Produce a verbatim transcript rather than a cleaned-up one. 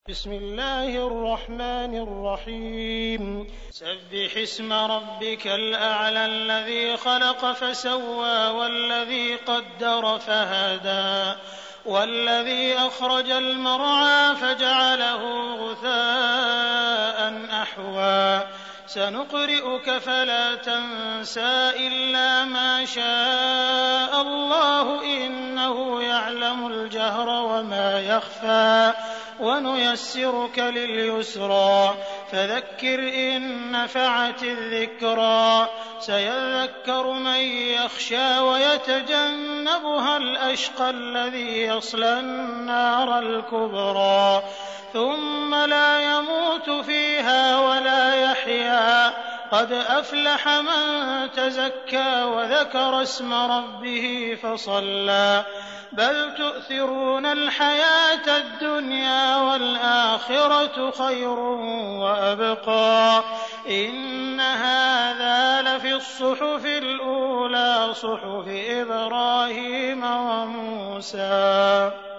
بسم الله الرحمن الرحيم سبح اسم ربك الأعلى الذي خلق فسوى والذي قدر فهدى والذي أخرج المرعى فجعله غثاء أحوى سنقرئك فلا تنسى إلا ما شاء الله إنه يعلم الجهر وما يخفى ونيسرك لليسرى فذكر إن نفعت الذكرى سيذكر من يخشى ويتجنبها الأشقى الذي يصلى النار الكبرى ثم لا يموت فيها ولا يحيا قد أفلح من تزكى وذكر اسم ربه فصلى بل تؤثرون الحياة الدنيا والآخرة خير وأبقى إن هذا لفي الصحف الأولى صحف إبراهيم وموسى